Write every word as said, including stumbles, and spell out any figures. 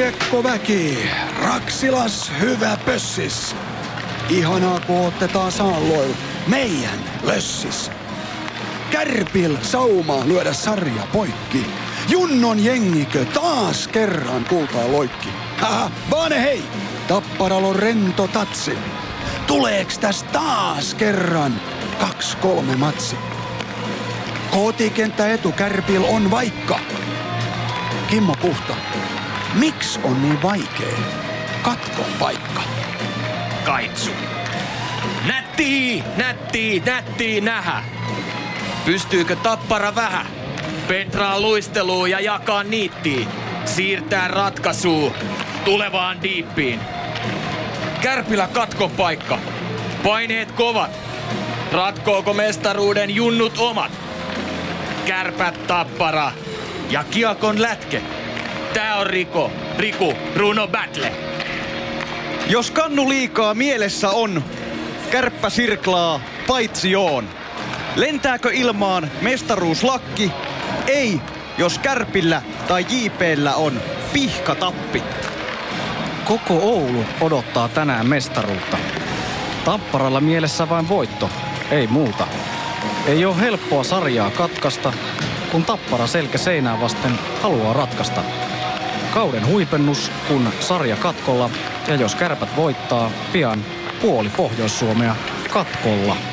Kiekkoväki, Raksilas hyvä pössis. Ihanaa kun ootte taas aalloilla meidän lössis. Kärpil saumaa lyödä sarja poikki. Junnon jengikö taas kerran kultaa loikki. Haha, Vaane hei! Tapparalla on rento tatsi. Tuleeks täs taas kerran kaksi kolme matsi? Kotikenttä etu Kärpil on vaikka. Kimmo Puhta, miksi on niin vaikee katkon paikka? Kaitsu. Nättii, nättii, nättii nähä. Pystyykö Tappara vähän? Petraa luisteluun ja jakaa niittiin. Siirtää ratkaisuu tulevaan diippiin. Kärpilä katkon paikka. Paineet kovat. Ratkooko mestaruuden junnut omat? Kärpät Tappara ja kiekon lätke. Tää on Riko, Riku, Runo Battle. Jos kannu liikaa mielessä on, kärppä sirklaa paitsi joon. Lentääkö ilmaan mestaruuslakki? Ei, jos Kärpillä tai J P:llä on pihkatappi. Koko Oulu odottaa tänään mestaruutta. Tapparalla mielessä vain voitto, ei muuta. Ei ole helppoa sarjaa katkaista, kun Tappara selkä seinää vasten haluaa ratkaista. Kauden huipennus, kun sarja katkolla, ja jos Kärpät voittaa, pian puoli Pohjois-Suomea katkolla.